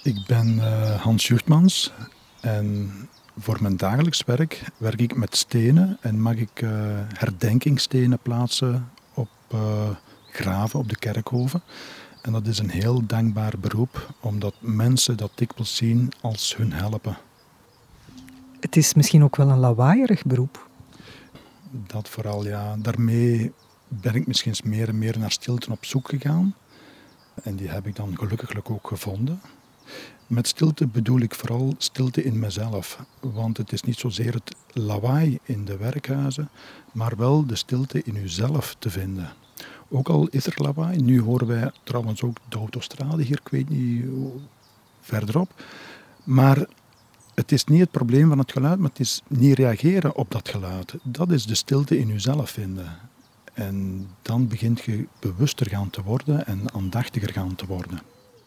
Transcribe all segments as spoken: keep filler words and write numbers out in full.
Ik ben uh, Hans Juchtmans en voor mijn dagelijks werk werk ik met stenen en mag ik uh, herdenkingsstenen plaatsen op uh, graven, op de kerkhoven. En dat is een heel dankbaar beroep, omdat mensen dat dikwijls zien als hun helpen. Het is misschien ook wel een lawaaierig beroep. Dat vooral, ja. Daarmee ben ik misschien meer en meer naar stilte op zoek gegaan. En die heb ik dan gelukkig ook gevonden. Met stilte bedoel ik vooral stilte in mezelf. Want het is niet zozeer het lawaai in de werkhuizen, maar wel de stilte in uzelf te vinden. Ook al is er lawaai, nu horen wij trouwens ook de autostrade hier, ik weet niet verderop. Maar het is niet het probleem van het geluid, maar het is niet reageren op dat geluid. Dat is de stilte in uzelf vinden. En dan begint je bewuster gaan te worden en aandachtiger gaan te worden.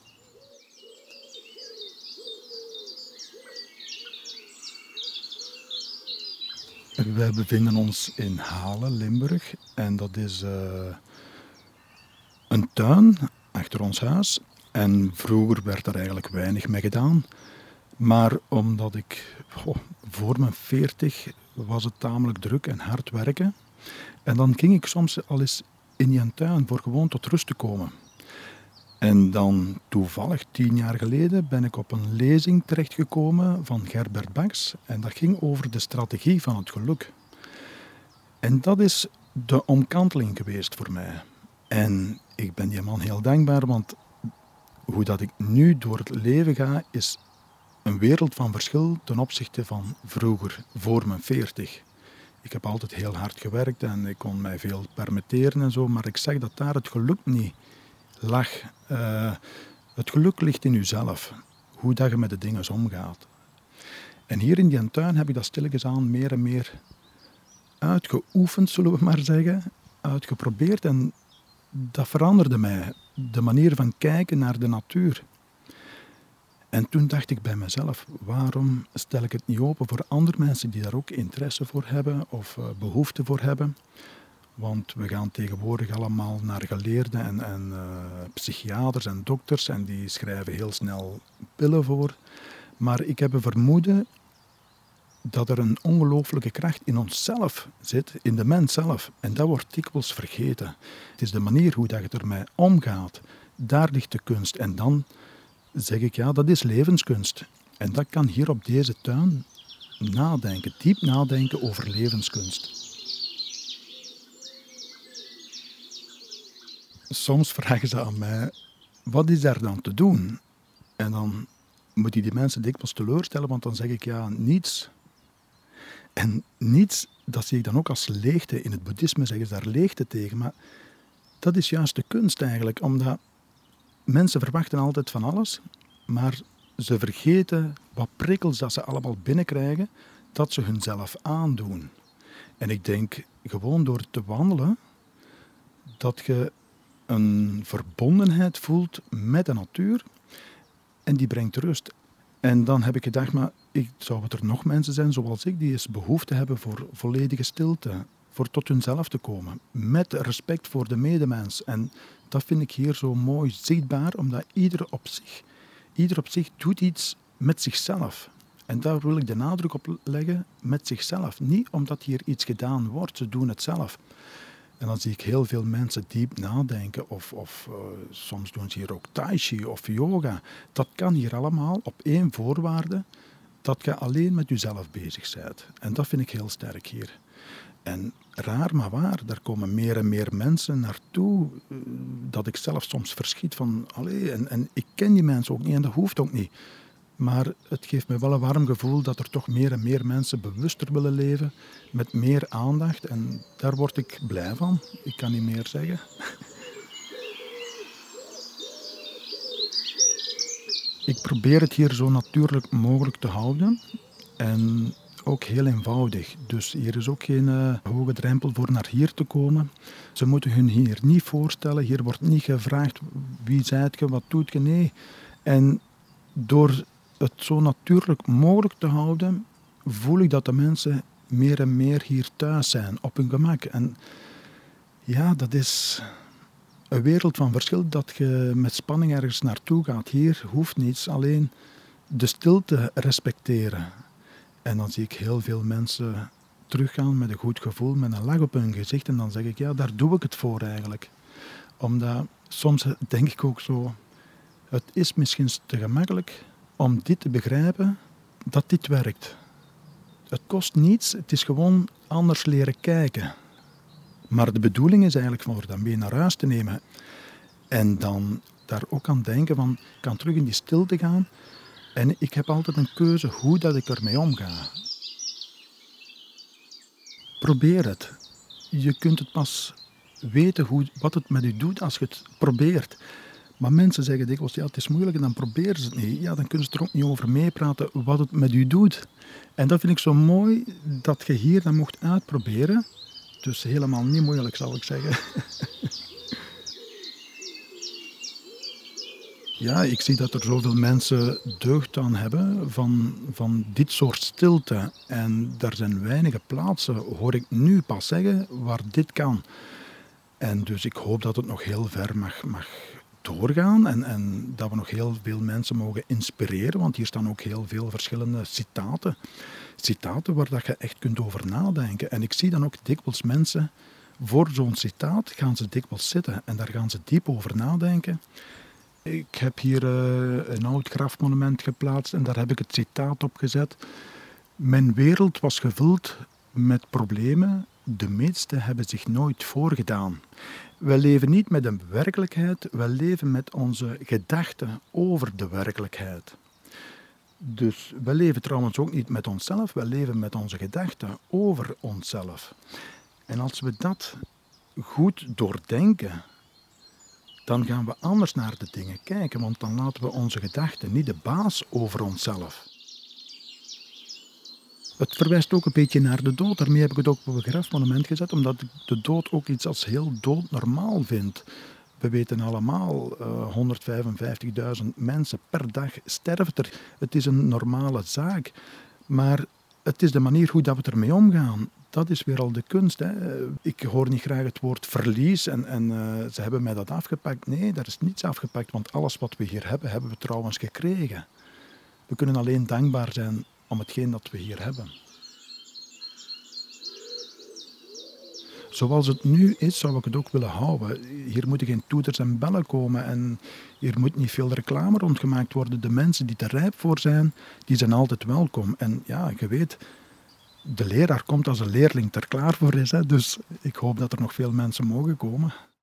Wij bevinden ons in Halen, Limburg. En dat is uh, een tuin achter ons huis. En vroeger werd er eigenlijk weinig mee gedaan. Maar omdat ik oh, voor mijn veertig was het tamelijk druk en hard werken. En dan ging ik soms al eens in die tuin voor gewoon tot rust te komen. En dan toevallig, tien jaar geleden, ben ik op een lezing terechtgekomen van Gerbert Baks. En dat ging over de strategie van het geluk. En dat is de omkanteling geweest voor mij. En ik ben die man heel dankbaar, want hoe dat ik nu door het leven ga, is een wereld van verschil ten opzichte van vroeger, voor mijn veertig. Ik heb altijd heel hard gewerkt en ik kon mij veel permitteren en zo, maar ik zeg dat daar het geluk niet lag. Uh, het geluk ligt in uzelf, hoe dat je met de dingen omgaat. En hier in die tuin heb ik dat stilletjes aan meer en meer uitgeoefend, zullen we maar zeggen, uitgeprobeerd. En dat veranderde mij, de manier van kijken naar de natuur. En toen dacht ik bij mezelf, waarom stel ik het niet open voor andere mensen die daar ook interesse voor hebben of uh, behoefte voor hebben? Want we gaan tegenwoordig allemaal naar geleerden en, en uh, psychiaters en dokters en die schrijven heel snel pillen voor. Maar ik heb een vermoeden dat er een ongelooflijke kracht in onszelf zit, in de mens zelf. En dat wordt dikwijls vergeten. Het is de manier hoe dat je ermee omgaat. Daar ligt de kunst. En dan zeg ik, ja, dat is levenskunst. En dat kan hier op deze tuin nadenken, diep nadenken over levenskunst. Soms vragen ze aan mij, wat is daar dan te doen? En dan moet ik die mensen dikwijls teleurstellen, want dan zeg ik, ja, niets. En niets, dat zie ik dan ook als leegte. In het boeddhisme zeggen ze daar leegte tegen. Maar dat is juist de kunst eigenlijk, omdat mensen verwachten altijd van alles, maar ze vergeten wat prikkels dat ze allemaal binnenkrijgen, dat ze hunzelf aandoen. En ik denk, gewoon door te wandelen, dat je een verbondenheid voelt met de natuur en die brengt rust. En dan heb ik gedacht, maar ik, zou het er nog mensen zijn zoals ik, die eens behoefte hebben voor volledige stilte, voor tot hunzelf te komen, met respect voor de medemens. En dat vind ik hier zo mooi zichtbaar, omdat ieder op zich, ieder op zich doet iets met zichzelf. En daar wil ik de nadruk op leggen, met zichzelf. Niet omdat hier iets gedaan wordt, ze doen het zelf. En dan zie ik heel veel mensen diep nadenken of, of uh, soms doen ze hier ook tai chi of yoga. Dat kan hier allemaal op één voorwaarde, dat je alleen met jezelf bezig bent. En dat vind ik heel sterk hier. En raar maar waar, daar komen meer en meer mensen naartoe, uh, dat ik zelf soms verschiet van, allee, en, en ik ken die mensen ook niet en dat hoeft ook niet. Maar het geeft me wel een warm gevoel dat er toch meer en meer mensen bewuster willen leven, met meer aandacht. En daar word ik blij van. Ik kan niet meer zeggen. Ik probeer het hier zo natuurlijk mogelijk te houden. En ook heel eenvoudig. Dus hier is ook geen uh, hoge drempel voor naar hier te komen. Ze moeten hun hier niet voorstellen. Hier wordt niet gevraagd wie zijt je, wat doet je. Nee. En door het zo natuurlijk mogelijk te houden, voel ik dat de mensen meer en meer hier thuis zijn, op hun gemak. En ja, dat is een wereld van verschil dat je met spanning ergens naartoe gaat. Hier hoeft niets, alleen de stilte respecteren. En dan zie ik heel veel mensen teruggaan met een goed gevoel, met een lach op hun gezicht. En dan zeg ik, ja, daar doe ik het voor eigenlijk. Omdat soms denk ik ook zo, het is misschien te gemakkelijk om dit te begrijpen, dat dit werkt. Het kost niets, het is gewoon anders leren kijken. Maar de bedoeling is eigenlijk voor dat mee naar huis te nemen. En dan daar ook aan denken van, ik kan terug in die stilte gaan. En ik heb altijd een keuze hoe dat ik ermee omga. Probeer het. Je kunt het pas weten hoe, wat het met u doet als je het probeert. Maar mensen zeggen dikwijls, ja, het is moeilijk en dan proberen ze het niet. Ja, dan kunnen ze er ook niet over meepraten wat het met u doet. En dat vind ik zo mooi, dat je hier dat mocht uitproberen. Dus helemaal niet moeilijk, zal ik zeggen. Ja, ik zie dat er zoveel mensen deugd aan hebben van, van dit soort stilte. En er zijn weinige plaatsen, hoor ik nu pas zeggen, waar dit kan. En dus ik hoop dat het nog heel ver mag, mag doorgaan en, en dat we nog heel veel mensen mogen inspireren, want hier staan ook heel veel verschillende citaten. Citaten waar dat je echt kunt over nadenken. En ik zie dan ook dikwijls mensen, voor zo'n citaat gaan ze dikwijls zitten en daar gaan ze diep over nadenken. Ik heb hier uh, een oud grafmonument geplaatst en daar heb ik het citaat op gezet. Mijn wereld was gevuld met problemen, de meeste hebben zich nooit voorgedaan. We leven niet met een werkelijkheid, we leven met onze gedachten over de werkelijkheid. Dus we leven trouwens ook niet met onszelf, we leven met onze gedachten over onszelf. En als we dat goed doordenken, dan gaan we anders naar de dingen kijken, want dan laten we onze gedachten niet de baas over onszelf. Het verwijst ook een beetje naar de dood. Daarmee heb ik het ook op een grafmonument gezet, omdat ik de dood ook iets als heel doodnormaal vind. We weten allemaal, uh, honderdvijfenvijftigduizend mensen per dag sterven er. Het is een normale zaak, maar het is de manier hoe dat we ermee omgaan. Dat is weer al de kunst. Hè. Ik hoor niet graag het woord verlies en, en uh, ze hebben mij dat afgepakt. Nee, daar is niets afgepakt, want alles wat we hier hebben, hebben we trouwens gekregen. We kunnen alleen dankbaar zijn om hetgeen dat we hier hebben. Zoals het nu is, zou ik het ook willen houden. Hier moeten geen toeters en bellen komen en hier moet niet veel reclame rondgemaakt worden. De mensen die er rijp voor zijn, die zijn altijd welkom. En ja, je weet, de leraar komt als een leerling er klaar voor is. Hè? Dus ik hoop dat er nog veel mensen mogen komen.